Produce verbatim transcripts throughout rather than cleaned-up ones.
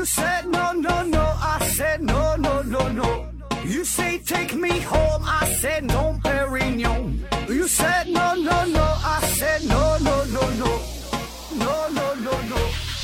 said no no no, I said no no no no. You say take me home, I said no, Perignon. You said no no no, I said no no no no, no no no no.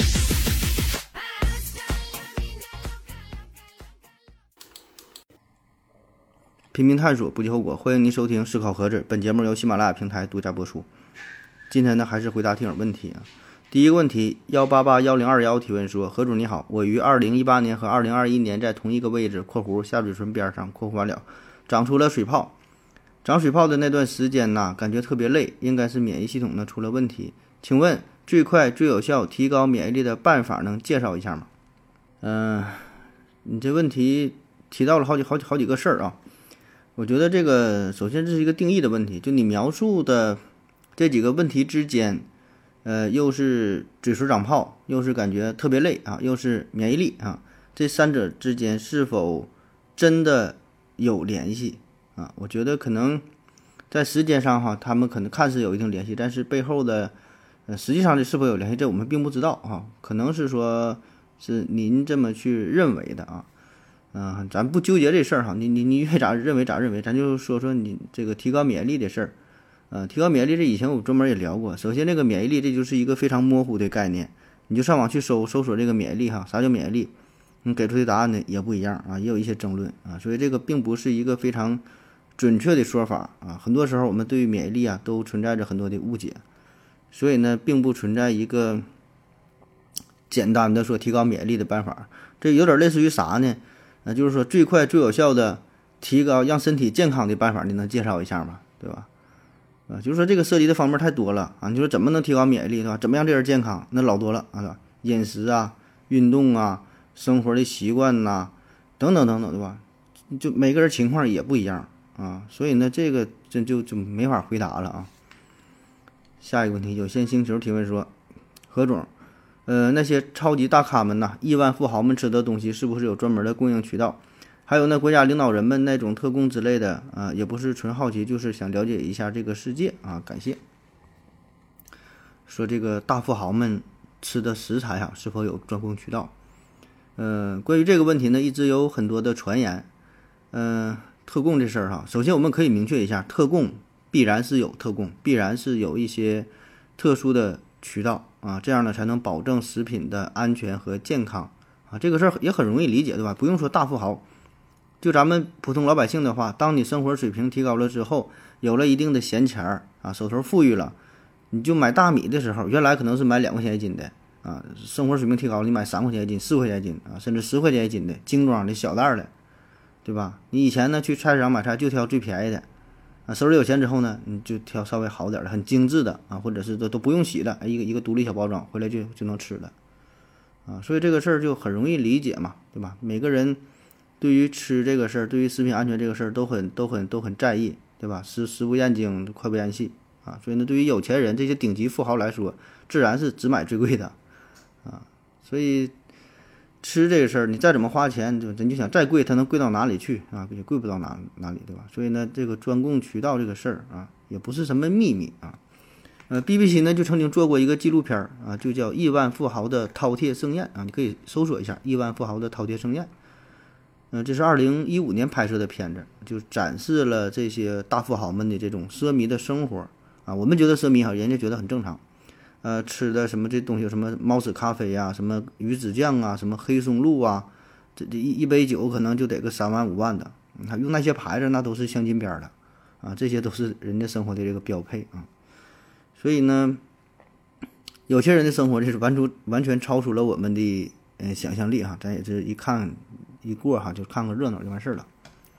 拼命探索，不计后果。欢迎您收听思考盒子，本节目由喜马拉雅平台独家播出。今天呢，还是回答听友问题啊。第一个问题，幺八八幺零二幺提问说：何主你好，我于二零一八年和二零二一年在同一个位置（括弧下嘴唇边上）括弧完了，长出了水泡。长水泡的那段时间呢，感觉特别累，应该是免疫系统呢出了问题。请问最快最有效提高免疫力的办法能介绍一下吗？嗯、呃，你这问题提到了好几好几好几个事儿啊。我觉得这个首先这是一个定义的问题，就你描述的这几个问题之间，呃，又是嘴唇长泡，又是感觉特别累啊，又是免疫力啊，这三者之间是否真的有联系啊？我觉得可能在时间上哈，他们可能看似有一定联系，但是背后的呃实际上是否有联系，这我们并不知道啊。可能是说是您这么去认为的啊。嗯、呃，咱不纠结这事儿哈，你你你愿意咋认为咋认为，咱就说说你这个提高免疫力的事儿。呃，提高免疫力这以前我专门也聊过。首先，这个免疫力这就是一个非常模糊的概念，你就上网去搜搜索这个免疫力哈，啥叫免疫力？你给出的答案呢也不一样啊，也有一些争论啊，所以这个并不是一个非常准确的说法啊。很多时候我们对于免疫力啊都存在着很多的误解，所以呢，并不存在一个简单的说提高免疫力的办法。这有点类似于啥呢？那就是说最快最有效的提高让身体健康的办法，你能介绍一下吗？对吧？啊，就是说这个涉及的方面太多了啊！你说怎么能提高免疫力，对吧？怎么让这人健康？那老多了啊，对吧？饮食啊、运动啊、生活的习惯呐、啊，等等等等，对吧？就每个人情况也不一样啊，所以呢，这个真就就没法回答了啊。下一个问题，有线星球提问说，何总。呃，那些超级大咖们呐，亿万富豪们吃的东西是不是有专门的供应渠道？还有那国家领导人们那种特供之类的啊、呃，也不是纯好奇，就是想了解一下这个世界啊。感谢。说这个大富豪们吃的食材啊，是否有专供渠道？呃，关于这个问题呢，一直有很多的传言。嗯、呃，特供这事儿哈，首先我们可以明确一下，特供必然是有特供，必然是有一些特殊的渠道。啊，这样呢才能保证食品的安全和健康啊，这个事儿也很容易理解，对吧？不用说大富豪，就咱们普通老百姓的话，当你生活水平提高了之后，有了一定的闲钱儿啊，手头富裕了，你就买大米的时候，原来可能是买两块钱一斤的啊，生活水平提高了，你买三块钱一斤、四块钱一斤啊，甚至十块钱一斤的精装的小袋的，对吧？你以前呢去菜市场买菜就挑最便宜的。啊，手里有钱之后呢，你就挑稍微好点的、很精致的啊，或者是都都不用洗的，一个一个独立小包装，回来就就能吃的，啊，所以这个事儿就很容易理解嘛，对吧？每个人对于吃这个事儿，对于食品安全这个事儿都很都很都很在意，对吧？食食不厌精，快不厌细啊，所以呢，对于有钱人这些顶级富豪来说，自然是只买最贵的，啊，所以吃这个事儿，你再怎么花钱，就你就想再贵，它能贵到哪里去啊？也贵不到哪哪里，对吧？所以呢，这个专供渠道这个事儿啊，也不是什么秘密啊。呃 ，B B C 呢就曾经做过一个纪录片啊，就叫《亿万富豪的饕餮盛宴》啊，你可以搜索一下《亿万富豪的饕餮盛宴》。嗯、呃，这是二零一五年拍摄的片子，就展示了这些大富豪们的这种奢靡的生活啊。我们觉得奢靡哈，人家觉得很正常。呃，吃的什么这东西，什么猫屎咖啡啊，什么鱼子酱啊，什么黑松露啊，这这一一杯酒可能就得个三万五万的，你看用那些牌子那都是镶金边的啊，这些都是人家生活的这个标配啊。所以呢，有些人的生活就是完出完全超出了我们的呃想象力哈，咱也是一看一过哈，就看个热闹就完事儿了。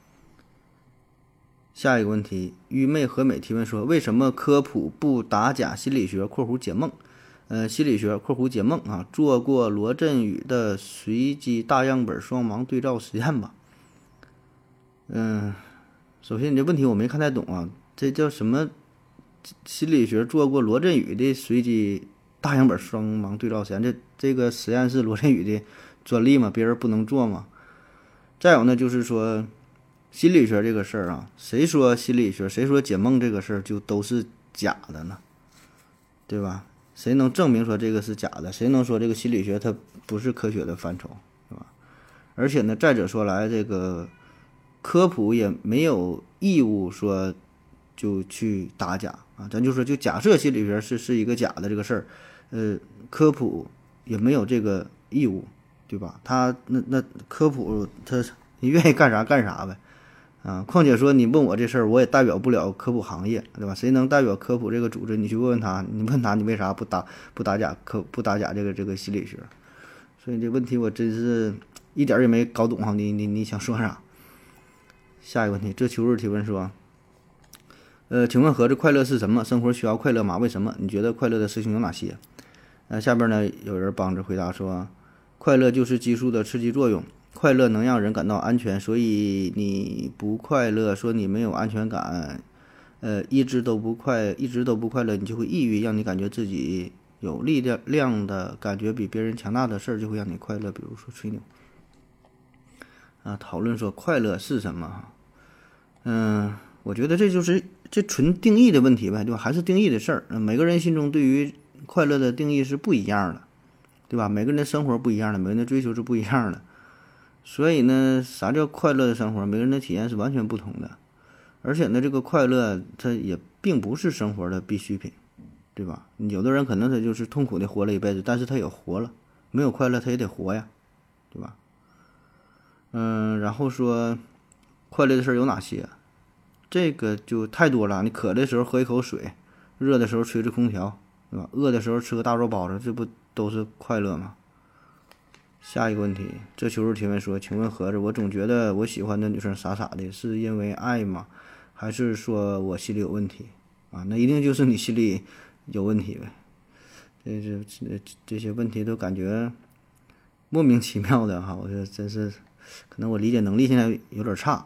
下一个问题，愚昧和美提问说，为什么科普不打假心理学（括弧解梦）？呃，心理学（括弧解梦）啊，做过罗振宇的随机大样本双盲对照实验吧？嗯、呃，首先你这问题我没看太懂啊，这叫什么？心理学做过罗振宇的随机大样本双盲对照实验，这这个实验是罗振宇的专利吗？别人不能做吗？再有呢，就是说。心理学这个事儿啊，谁说心理学，谁说解梦这个事儿就都是假的呢？对吧？谁能证明说这个是假的？谁能说这个心理学它不是科学的范畴而且呢，再者说来，这个科普也没有义务说就去打假啊。咱就说，就假设心理学是是一个假的这个事儿，呃，科普也没有这个义务，对吧？他那那科普他你愿意干啥干啥呗。啊，况且说你问我这事儿，我也代表不了科普行业，对吧？谁能代表科普这个组织？你去问问他，你问他你为啥不打不打假科不打假这个这个心理学？所以这问题我真是一点也没搞懂哈。你你你想说啥？下一个问题，这秋日提问说，呃，请问盒子，快乐是什么？生活需要快乐吗？为什么？你觉得快乐的事情有哪些？呃，下边呢有人帮着回答说，快乐就是激素的刺激作用。快乐能让人感到安全，所以你不快乐，说你没有安全感，呃，一直都不快，一直都不快乐，你就会抑郁，让你感觉自己有力量量的感觉，比别人强大的事儿就会让你快乐，比如说吹牛。啊，讨论说快乐是什么？哈，嗯，我觉得这就是这纯定义的问题呗，对吧？还是定义的事儿。每个人心中对于快乐的定义是不一样的，对吧？每个人的生活不一样的，每个人的追求是不一样的。所以呢，啥叫快乐的生活？每个人的体验是完全不同的，而且呢，这个快乐它也并不是生活的必需品，对吧？有的人可能他就是痛苦的活了一辈子，但是他也活了，没有快乐他也得活呀，对吧？嗯，然后说快乐的事儿有哪些？这个就太多了。你渴的时候喝一口水，热的时候吹着空调，对吧？饿的时候吃个大肉包子，这不都是快乐吗？下一个问题，这求助提问说，请问盒子，我总觉得我喜欢的女生傻傻的，是因为爱吗？还是说我心里有问题啊？那一定就是你心里有问题呗。这这这这些问题都感觉莫名其妙的哈，我觉得真是，可能我理解能力现在有点差。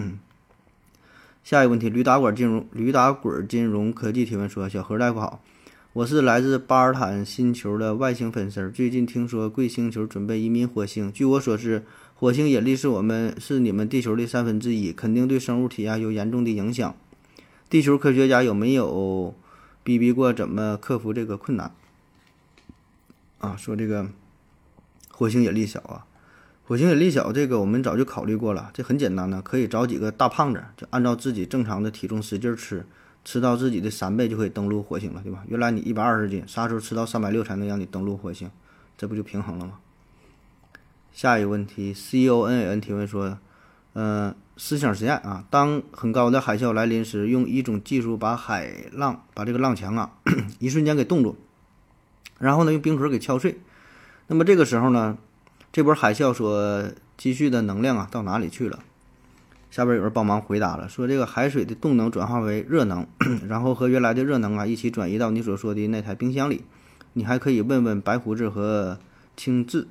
下一个问题，驴打滚金融驴打滚金融科技提问说，小何大夫好。我是来自巴尔坦星球的外星粉丝，最近听说贵星球准备移民火星。据我所知，火星引力是我们是你们地球的三分之一，肯定对生物体啊有严重的影响。地球科学家有没有逼逼过怎么克服这个困难？啊，说这个火星引力小啊，火星引力小，这个我们早就考虑过了，这很简单的，可以找几个大胖子，就按照自己正常的体重使劲吃。吃到自己的三倍就可以登陆火星了，对吧？原来你一百二十斤，啥时候吃到三百六才能让你登陆火星？这不就平衡了吗？下一个问题 ，C O N A N 提问说，呃，思想实验啊，当很高的海啸来临时，用一种技术把海浪把这个浪墙啊一瞬间给冻住，然后呢用冰壳给敲碎。那么这个时候呢，这波海啸所积蓄的能量啊到哪里去了？下边有人帮忙回答了，说这个海水的动能转化为热能，然后和原来的热能啊一起转移到你所说的那台冰箱里。你还可以问问白胡子和青雉。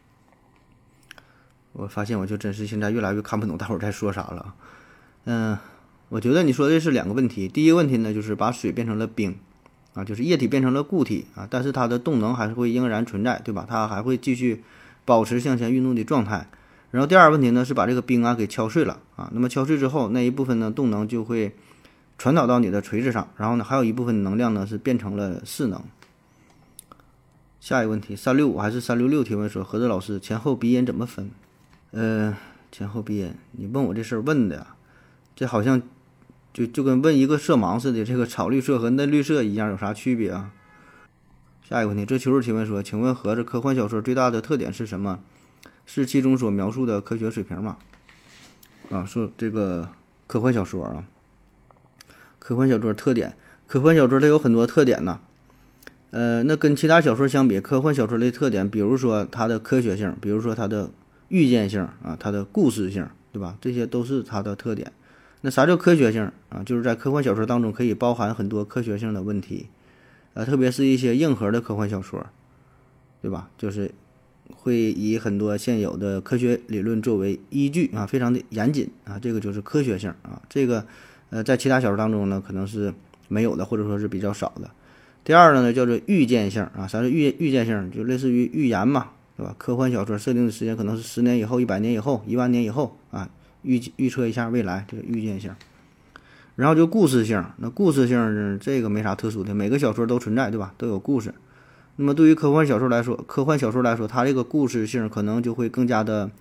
我发现我就真是现在越来越看不懂大伙儿在说啥了。嗯，我觉得你说的是两个问题。第一个问题呢，就是把水变成了冰啊，就是液体变成了固体啊，但是它的动能还是会仍然存在，对吧？它还会继续保持向前运动的状态。然后第二个问题呢，是把这个冰啊给敲碎了啊。那么敲碎之后，那一部分呢动能就会传导到你的锤子上，然后呢还有一部分能量呢是变成了势能。下一个问题，三六五还是三六六提问说，何子老师，前后鼻音怎么分？呃，前后鼻音，你问我这事儿问的，这好像就就跟问一个色盲似的，这个草绿色和嫩绿色一样，有啥区别啊？下一个问题，这求助提问说，请问何子，科幻小说最大的特点是什么？是其中所描述的科学水平吗？啊，说这个科幻小说啊，科幻小说特点，科幻小说它有很多特点呢。呃，那跟其他小说相比，科幻小说的特点，比如说它的科学性，比如说它的预见性啊，它的故事性，对吧？这些都是它的特点。那啥叫科学性啊？就是在科幻小说当中可以包含很多科学性的问题，呃，特别是一些硬核的科幻小说，对吧？就是会以很多现有的科学理论作为依据啊，非常的严谨啊，这个就是科学性啊。这个呃，在其他小说当中呢，可能是没有的，或者说是比较少的。第二呢，叫做预见性啊，啥是预预见性？就类似于预言嘛，对吧？科幻小说设定的时间可能是十年以后、一百年以后、一万年以后啊，预预测一下未来，这个预见性。然后就故事性，那故事性这个没啥特殊的，每个小说都存在，对吧？都有故事。那么对于科幻小说来说，科幻小说来说，它这个故事性可能就会更加的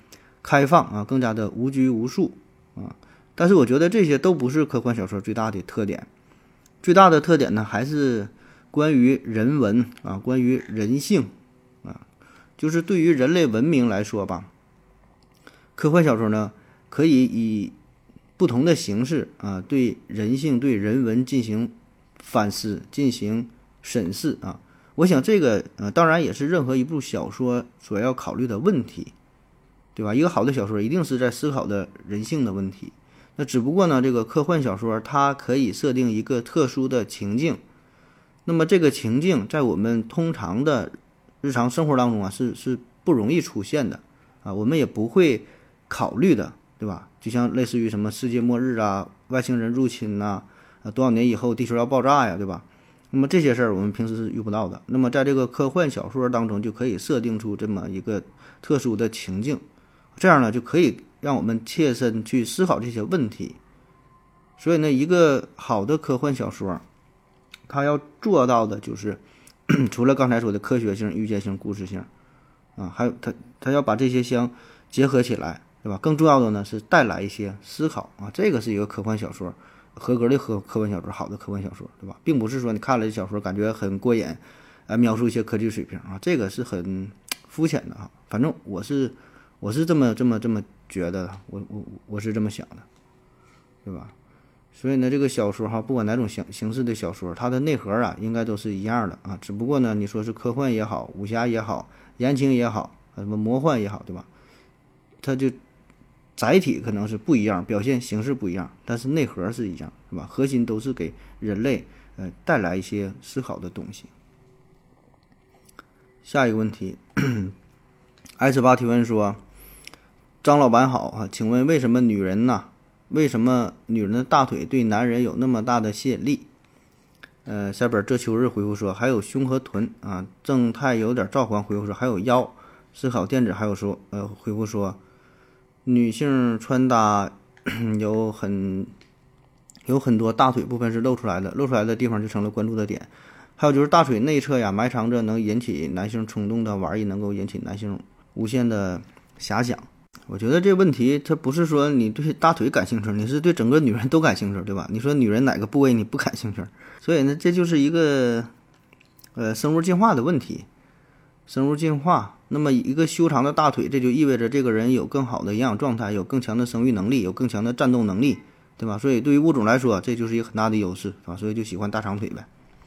开放啊，更加的无拘无束啊。但是我觉得这些都不是科幻小说最大的特点，最大的特点呢还是关于人文啊，关于人性啊，就是对于人类文明来说吧，科幻小说呢可以以不同的形式啊，对人性、对人文进行反思、进行审视啊。我想这个呃，当然也是任何一部小说所要考虑的问题，对吧？一个好的小说一定是在思考的人性的问题。那只不过呢，这个科幻小说它可以设定一个特殊的情境，那么这个情境在我们通常的日常生活当中啊，是是不容易出现的啊，我们也不会考虑的，对吧？就像类似于什么世界末日啊、外星人入侵呐、啊，多少年以后地球要爆炸呀，对吧？那么这些事儿我们平时是遇不到的。那么在这个科幻小说当中，就可以设定出这么一个特殊的情境，这样呢就可以让我们切身去思考这些问题。所以呢，一个好的科幻小说，它要做到的就是除了刚才说的科学性、预见性、故事性啊，还有它它要把这些相结合起来，对吧？更重要的呢是带来一些思考啊，这个是一个科幻小说合格的科科幻小说，好的科幻小说，对吧？并不是说你看了这小说感觉很过瘾，呃，描述一些科技水平啊，这个是很肤浅的啊。反正我是我是这么这么这么觉得的，我我我是这么想的，对吧？所以呢，这个小说哈，不管哪种形形式的小说，它的内核啊，应该都是一样的啊。只不过呢，你说是科幻也好，武侠也好，言情也好，什么魔幻也好，对吧？它就载体可能是不一样，表现形式不一样，但是内核是一样，是吧？核心都是给人类呃带来一些思考的东西。下一个问题 ，S 八提问说：张老板好啊，请问为什么女人呢？为什么女人的大腿对男人有那么大的吸引力？呃，下边这秋日回复说还有胸和臀啊。正太有点召唤回复说还有腰。思考电子还有说呃回复说女性穿搭有很有很多大腿部分是露出来的，露出来的地方就成了关注的点。还有就是大腿内侧呀埋藏着能引起男性冲动的玩意，能够引起男性无限的遐想。我觉得这个问题它不是说你对大腿感兴趣，你是对整个女人都感兴趣，对吧？你说女人哪个部位你不感兴趣？所以呢，这就是一个呃生物进化的问题。生物进化，那么一个修长的大腿，这就意味着这个人有更好的营养状态，有更强的生育能力，有更强的战斗能力，对吧？所以对于物种来说，这就是一个很大的优势啊，所以就喜欢大长腿呗。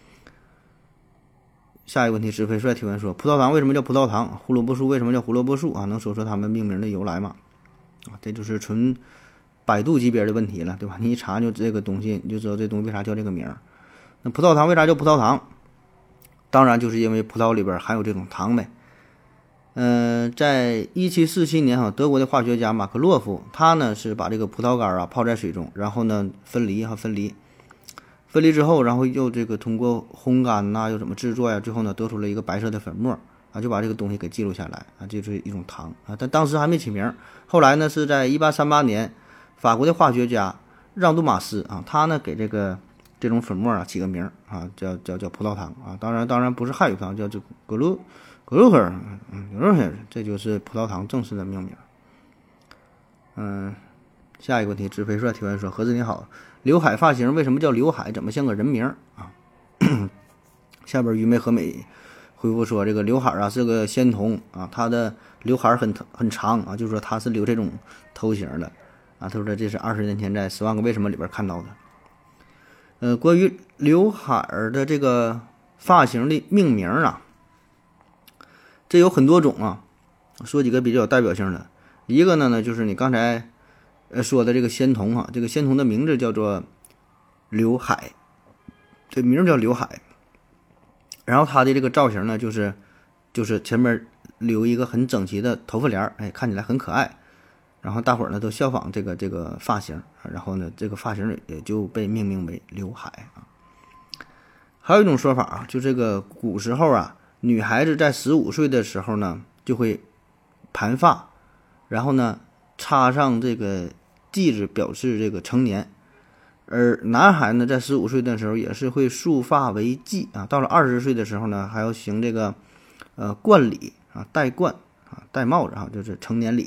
下一个问题，石飞帅提问说：葡萄糖为什么叫葡萄糖？胡萝卜素为什么叫胡萝卜素啊？能说说它们命名的由来吗？啊，这就是纯百度级别的问题了，对吧？你一查就这个东西，你就知道这东西为啥叫这个名儿。那葡萄糖为啥叫葡萄糖？当然就是因为葡萄里边含有这种糖呗。嗯、呃，在一七四七年哈，德国的化学家马克洛夫，他呢是把这个葡萄干啊泡在水中，然后呢分离哈分离。分离之后，然后又这个通过烘干呐、啊，又怎么制作呀？最后呢，得出了一个白色的粉末啊，就把这个东西给记录下来啊，这就是一种糖啊。但当时还没起名，后来呢是在一八三八年，法国的化学家让杜马斯啊，他呢给这个这种粉末啊起个名啊，叫叫叫葡萄糖啊。当然当然不是汉语糖，叫这格鲁格鲁赫，嗯，格鲁赫，这就是葡萄糖正式的命名。嗯，下一个问题，直飞帅提问说：何子你好。刘海发型为什么叫刘海？怎么像个人名啊？下边愚昧和美回复说，这个刘海啊是个仙童啊，他的刘海很很长啊，就是说他是留这种头型的啊。他说这是二十年前在《十万个为什么》里边看到的。呃，关于刘海的这个发型的命名啊，这有很多种啊，说几个比较有代表性的。一个呢呢就是你刚才呃，说的这个仙童啊，这个仙童的名字叫做刘海，这名叫刘海。然后他的这个造型呢，就是就是前面留一个很整齐的头发帘，哎，看起来很可爱。然后大伙儿呢都效仿这个这个发型，然后呢这个发型也就被命名为刘海啊。还有一种说法啊，就这个古时候啊，女孩子在十五岁的时候呢，就会盘发，然后呢插上这个髻子表示这个成年，而男孩呢在十五岁的时候也是会束发为髻啊，到了二十岁的时候呢还要行这个呃冠礼啊，戴冠啊，戴帽子啊，就是成年礼。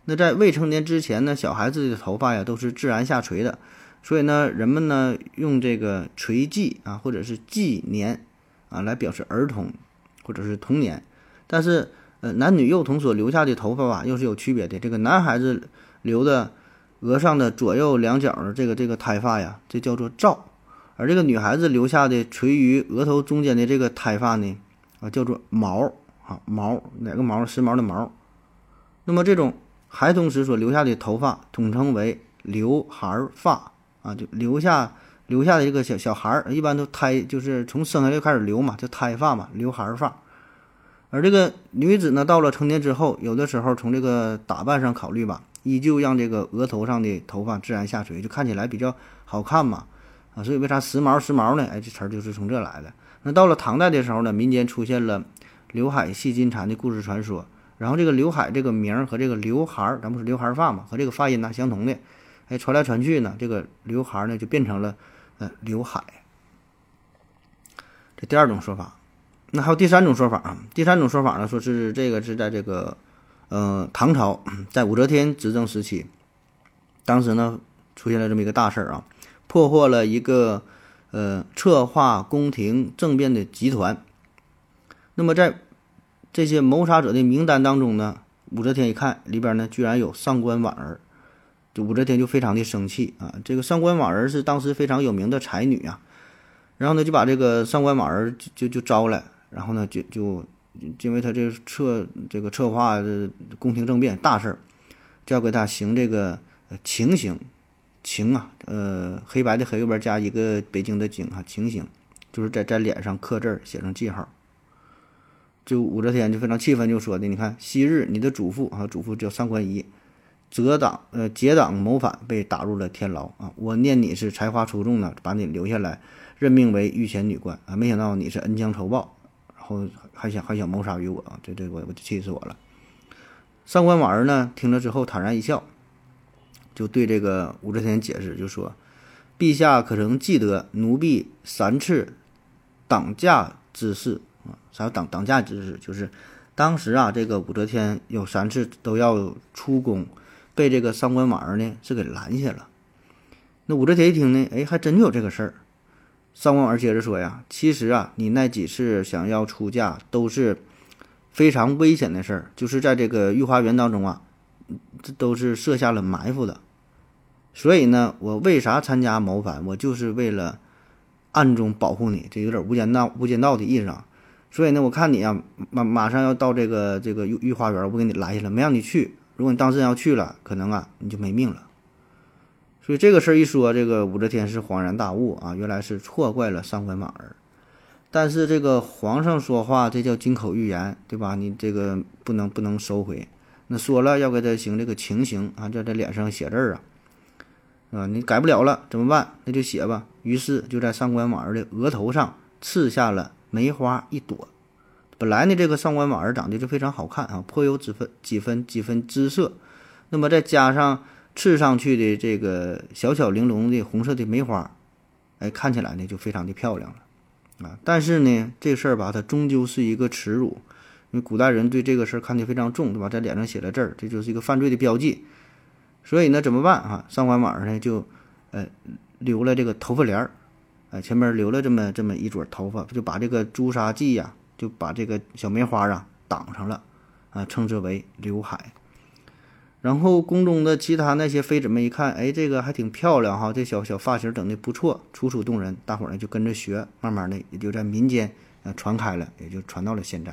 那在未成年之前呢，小孩子的头发呀都是自然下垂的，所以呢，人们呢用这个垂髻啊，或者是髻年啊来表示儿童或者是童年。但是呃，男女幼童所留下的头发吧，又是有区别的。这个男孩子留的额上的左右两角的这个这个胎发呀，这叫做罩；而这个女孩子留下的垂于额头中间的这个胎发呢，啊叫做毛啊毛，哪个毛？时髦的毛。那么这种孩童时所留下的头发统称为刘海发啊，就留下留下的这个小小孩儿，一般都胎就是从生下来就开始留嘛，叫胎发嘛，刘海发。而这个女子呢，到了成年之后，有的时候从这个打扮上考虑吧，依旧让这个额头上的头发自然下垂，就看起来比较好看嘛啊，所以为啥时髦时髦呢？哎，这词儿就是从这来的。那到了唐代的时候呢，民间出现了刘海戏金蝉的故事传说。然后这个刘海这个名和这个刘海，咱不是刘海发嘛，和这个发音呢相同的，哎，传来传去呢，这个刘海呢就变成了呃刘海。这第二种说法。那还有第三种说法啊，第三种说法呢，说是这个是在这个呃唐朝，在武则天执政时期，当时呢出现了这么一个大事儿啊，破获了一个呃策划宫廷政变的集团。那么在这些谋杀者的名单当中呢，武则天一看里边呢居然有上官婉儿，就武则天就非常的生气啊。这个上官婉儿是当时非常有名的才女啊，然后呢就把这个上官婉儿就就就招来，然后呢就就因为他这策这个策划的宫廷政变大事儿，就要给他行这个情刑，情啊，呃黑白的黑右边加一个北京的京啊，情刑就是在在脸上刻字写上记号。就武则天就非常气愤，就说的，你看昔日你的祖父啊，祖父叫上官仪，结党呃结党谋反，被打入了天牢啊！我念你是才华出众呢，把你留下来，任命为御前女官啊！没想到你是恩将仇报，然后还想还想谋杀于我啊！这这我我就气死我了。上官婉儿呢，听了之后坦然一笑，就对这个武则天解释，就说：陛下可曾记得奴婢三次挡驾之事？啥叫挡挡驾之事？就是当时啊，这个武则天有三次都要出宫，被这个上官婉儿呢是给拦下了。那武则天一听呢，哎，还真就有这个事儿。上官婉儿接着说呀，其实啊，你那几次想要出嫁都是非常危险的事儿，就是在这个御花园当中啊，这都是设下了埋伏的。所以呢，我为啥参加谋反？我就是为了暗中保护你，这有点无间道无间道的意思啊。所以呢，我看你啊，马马上要到这个这个御御花园，我不给你拦下了，没让你去。如果你当真要去了，可能啊你就没命了。所以这个事儿一说，这个武则天是恍然大悟啊，原来是错怪了上官婉儿。但是这个皇上说话，这叫金口玉言，对吧？你这个不能不能收回。那说了要给他行这个情刑啊，就在脸上写字儿啊，啊，你改不了了怎么办？那就写吧。于是就在上官婉儿的额头上刺下了梅花一朵。本来呢，这个上官婉儿长得就非常好看啊，颇有几分几分几分姿色。那么再加上刺上去的这个小巧玲珑的红色的梅花，哎，看起来呢就非常的漂亮了啊。但是呢，这事儿吧，它终究是一个耻辱，因为古代人对这个事儿看得非常重，对吧？在脸上写了字儿，这就是一个犯罪的标记。所以呢，怎么办啊？上官婉儿呢就呃留了这个头发帘儿。哎，前面留了这么这么一撮头发，就把这个朱砂记呀、啊，就把这个小梅花啊挡上了，啊，称之为刘海。然后宫中的其他那些妃子们一看，哎，这个还挺漂亮哈，这小小发型整的不错，楚楚动人，大伙儿呢就跟着学，慢慢的也就在民间呃传开了，也就传到了现在。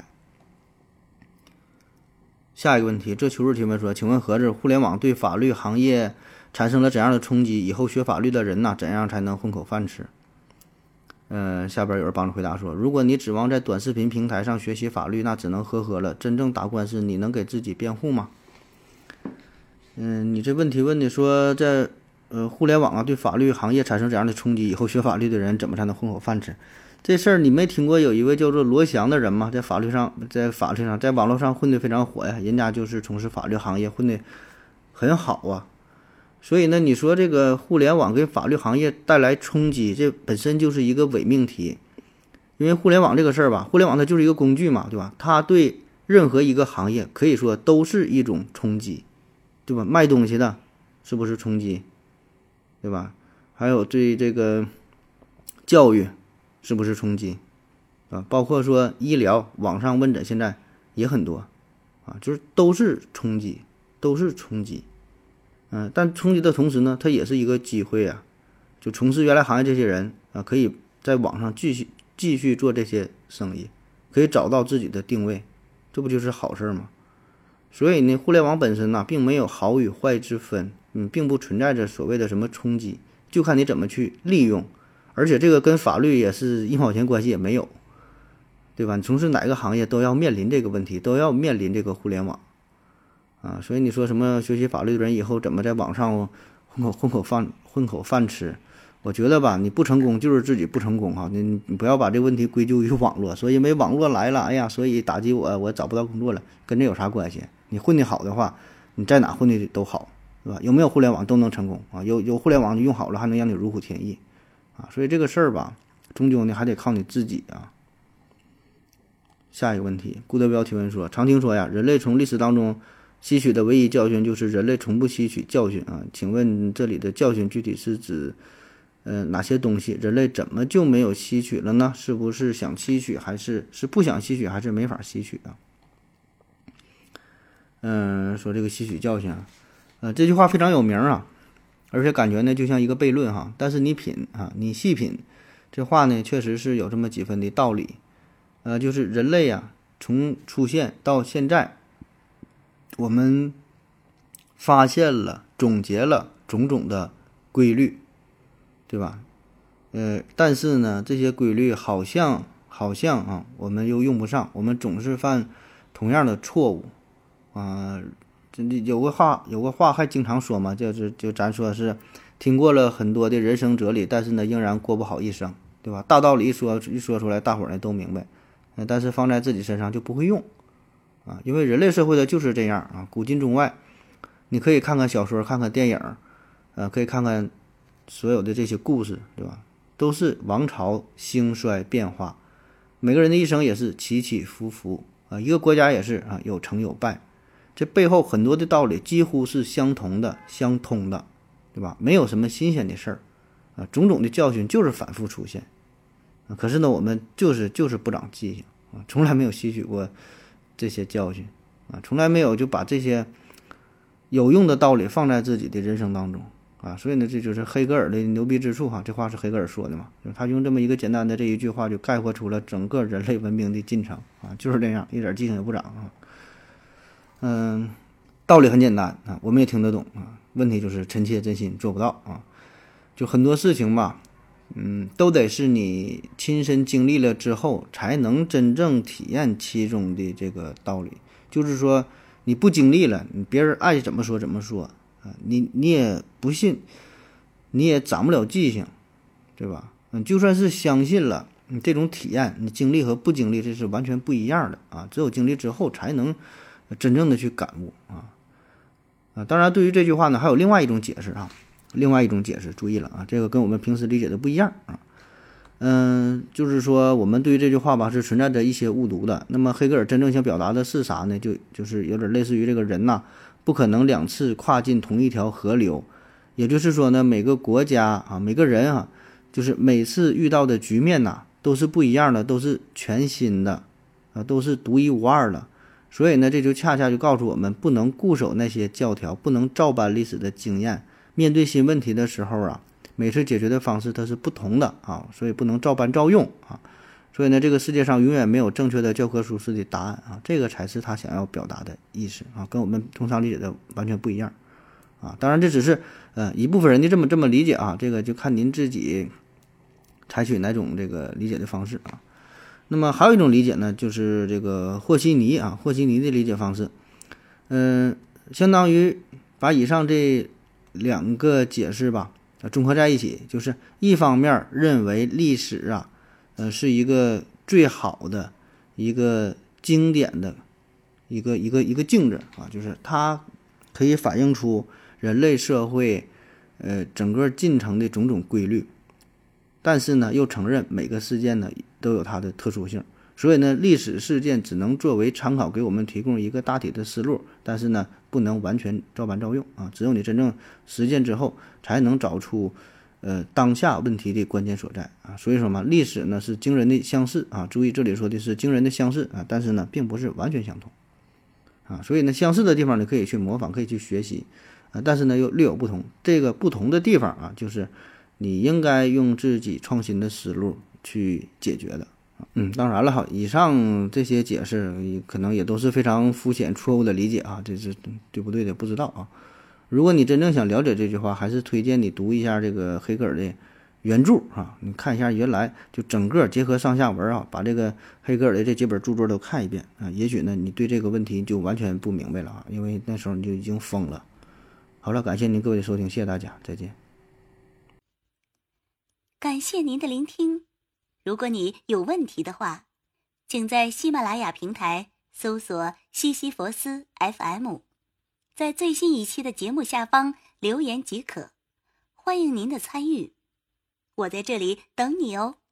下一个问题，这秋日提问说，请问盒子，互联网对法律行业产生了怎样的冲击？以后学法律的人呢，怎样才能混口饭吃？呃，下边有人帮着回答说，如果你指望在短视频平台上学习法律，那只能呵呵了。真正打官司，你能给自己辩护吗？嗯，你这问题问的说，在呃互联网啊对法律行业产生怎样的冲击？以后学法律的人怎么才能混口饭吃？这事儿你没听过有一位叫做罗翔的人吗？在法律上，在法律上，在网络上混得非常火呀，人家就是从事法律行业，混得很好啊。所以呢，你说这个互联网给法律行业带来冲击，这本身就是一个伪命题。因为互联网这个事儿吧，互联网它就是一个工具嘛，对吧？它对任何一个行业可以说都是一种冲击对吧？卖东西的是不是冲击，对吧？还有对这个教育是不是冲击啊？包括说医疗网上问诊现在也很多啊，就是都是冲击，都是冲击。嗯、呃，但冲击的同时呢，它也是一个机会啊。就从事原来行业这些人啊，可以在网上继续继续做这些生意，可以找到自己的定位，这不就是好事吗？所以呢，互联网本身呢、啊，并没有好与坏之分，嗯，并不存在着所谓的什么冲击，就看你怎么去利用。而且这个跟法律也是一毛钱关系也没有，对吧？你从事哪个行业都要面临这个问题，都要面临这个互联网啊。所以你说什么学习法律的人以后怎么在网上混口混口饭混口饭吃？我觉得吧，你不成功就是自己不成功哈，你你不要把这个问题归咎于网络，说因为网络来了，哎呀，所以打击我，我找不到工作了，跟这有啥关系？你混得好的话，你在哪混的都好，对吧？有没有互联网都能成功啊？有有互联网用好了，还能让你如虎添翼啊！所以这个事儿吧，终究呢还得靠你自己啊。下一个问题，顾德彪提问说：常听说呀，人类从历史当中吸取的唯一教训就是人类从不吸取教训啊，请问这里的教训具体是指呃，哪些东西人类怎么就没有吸取了呢？是不是想吸取，还是是不想吸取，还是没法吸取啊？嗯、呃，说这个吸取教训啊，呃，这句话非常有名啊，而且感觉呢就像一个悖论哈。但是你品啊，你细品，这话呢确实是有这么几分的道理。呃，就是人类啊，从出现到现在，我们发现了、总结了种种的规律。对吧？呃，但是呢，这些规律好像好像啊，我们又用不上，我们总是犯同样的错误啊。这、呃、有个话，有个话还经常说嘛，就是就咱说是听过了很多的人生哲理，但是呢，仍然过不好一生，对吧？大道理一说一说出来，大伙儿呢都明白，呃，但是放在自己身上就不会用啊，因为人类社会的就是这样啊，古今中外，你可以看看小说，看看电影，呃，可以看看。所有的这些故事，对吧？都是王朝兴衰变化，每个人的一生也是起起伏伏啊，一个国家也是啊，有成有败，这背后很多的道理几乎是相同的、相通的，对吧？没有什么新鲜的事儿啊，种种的教训就是反复出现啊。可是呢，我们就是就是不长记性啊，从来没有吸取过这些教训啊，从来没有就把这些有用的道理放在自己的人生当中。啊，所以呢，这就是黑格尔的牛逼之处哈。这话是黑格尔说的嘛，就是他用这么一个简单的这一句话，就概括出了整个人类文明的进程啊，就是这样，一点记性也不长啊。嗯，道理很简单啊，我们也听得懂啊。问题就是臣妾真心做不到啊。就很多事情吧，嗯，都得是你亲身经历了之后，才能真正体验其中的这个道理。就是说，你不经历了，你别人爱怎么说怎么说。你你也不信，你也长不了记性，对吧？嗯，就算是相信了，你这种体验，你经历和不经历这是完全不一样的啊！只有经历之后，才能真正的去感悟啊啊！当然，对于这句话呢，还有另外一种解释啊，另外一种解释，注意了啊，这个跟我们平时理解的不一样啊。嗯，就是说我们对于这句话吧是存在着一些误读的。那么黑格尔真正想表达的是啥呢？就就是有点类似于这个人呐。不可能两次跨进同一条河流，也就是说呢，每个国家啊，每个人啊，就是每次遇到的局面呐、啊，都是不一样的，都是全新的，啊，都是独一无二的。所以呢，这就恰恰就告诉我们，不能固守那些教条，不能照搬历史的经验。面对新问题的时候啊，每次解决的方式它是不同的啊，所以不能照搬照用啊。所以呢，这个世界上永远没有正确的教科书式的答案啊，这个才是他想要表达的意思啊，跟我们通常理解的完全不一样啊。当然，这只是呃一部分人的这么这么理解啊，这个就看您自己采取哪种这个理解的方式啊。那么还有一种理解呢，就是这个和稀泥啊，和稀泥的理解方式，嗯、呃，相当于把以上这两个解释吧，综合在一起，就是一方面认为历史啊。呃，是一个最好的一个经典的一个一个一个镜子啊，就是它可以反映出人类社会呃整个进程的种种规律，但是呢，又承认每个事件呢都有它的特殊性， 所以呢，历史事件只能作为参考，给我们提供一个大体的思路，但是呢，不能完全照搬照用啊。只有你真正实践之后，才能找出呃当下问题的关键所在啊。所以说嘛，历史呢是惊人的相似啊。注意这里说的是惊人的相似啊，但是呢，并不是完全相同啊。所以呢，相似的地方你可以去模仿，可以去学习啊，但是呢又略有不同。这个不同的地方啊，就是你应该用自己创新的思路去解决的。嗯，当然了哈，以上这些解释可能也都是非常肤浅、错误的理解啊，这是对不对的不知道啊。如果你真正想了解这句话，还是推荐你读一下这个黑格尔的原著啊，你看一下原来就整个结合上下文啊，把这个黑格尔的这几本著作都看一遍啊，也许呢你对这个问题就完全不明白了啊，因为那时候你就已经疯了。好了，感谢您各位的收听，谢谢大家，再见。 感谢您的聆听。如果你有问题的话，请在喜马拉雅平台搜索西西弗斯 F M， 在最新一期的节目下方留言即可。欢迎您的参与，我在这里等你哦。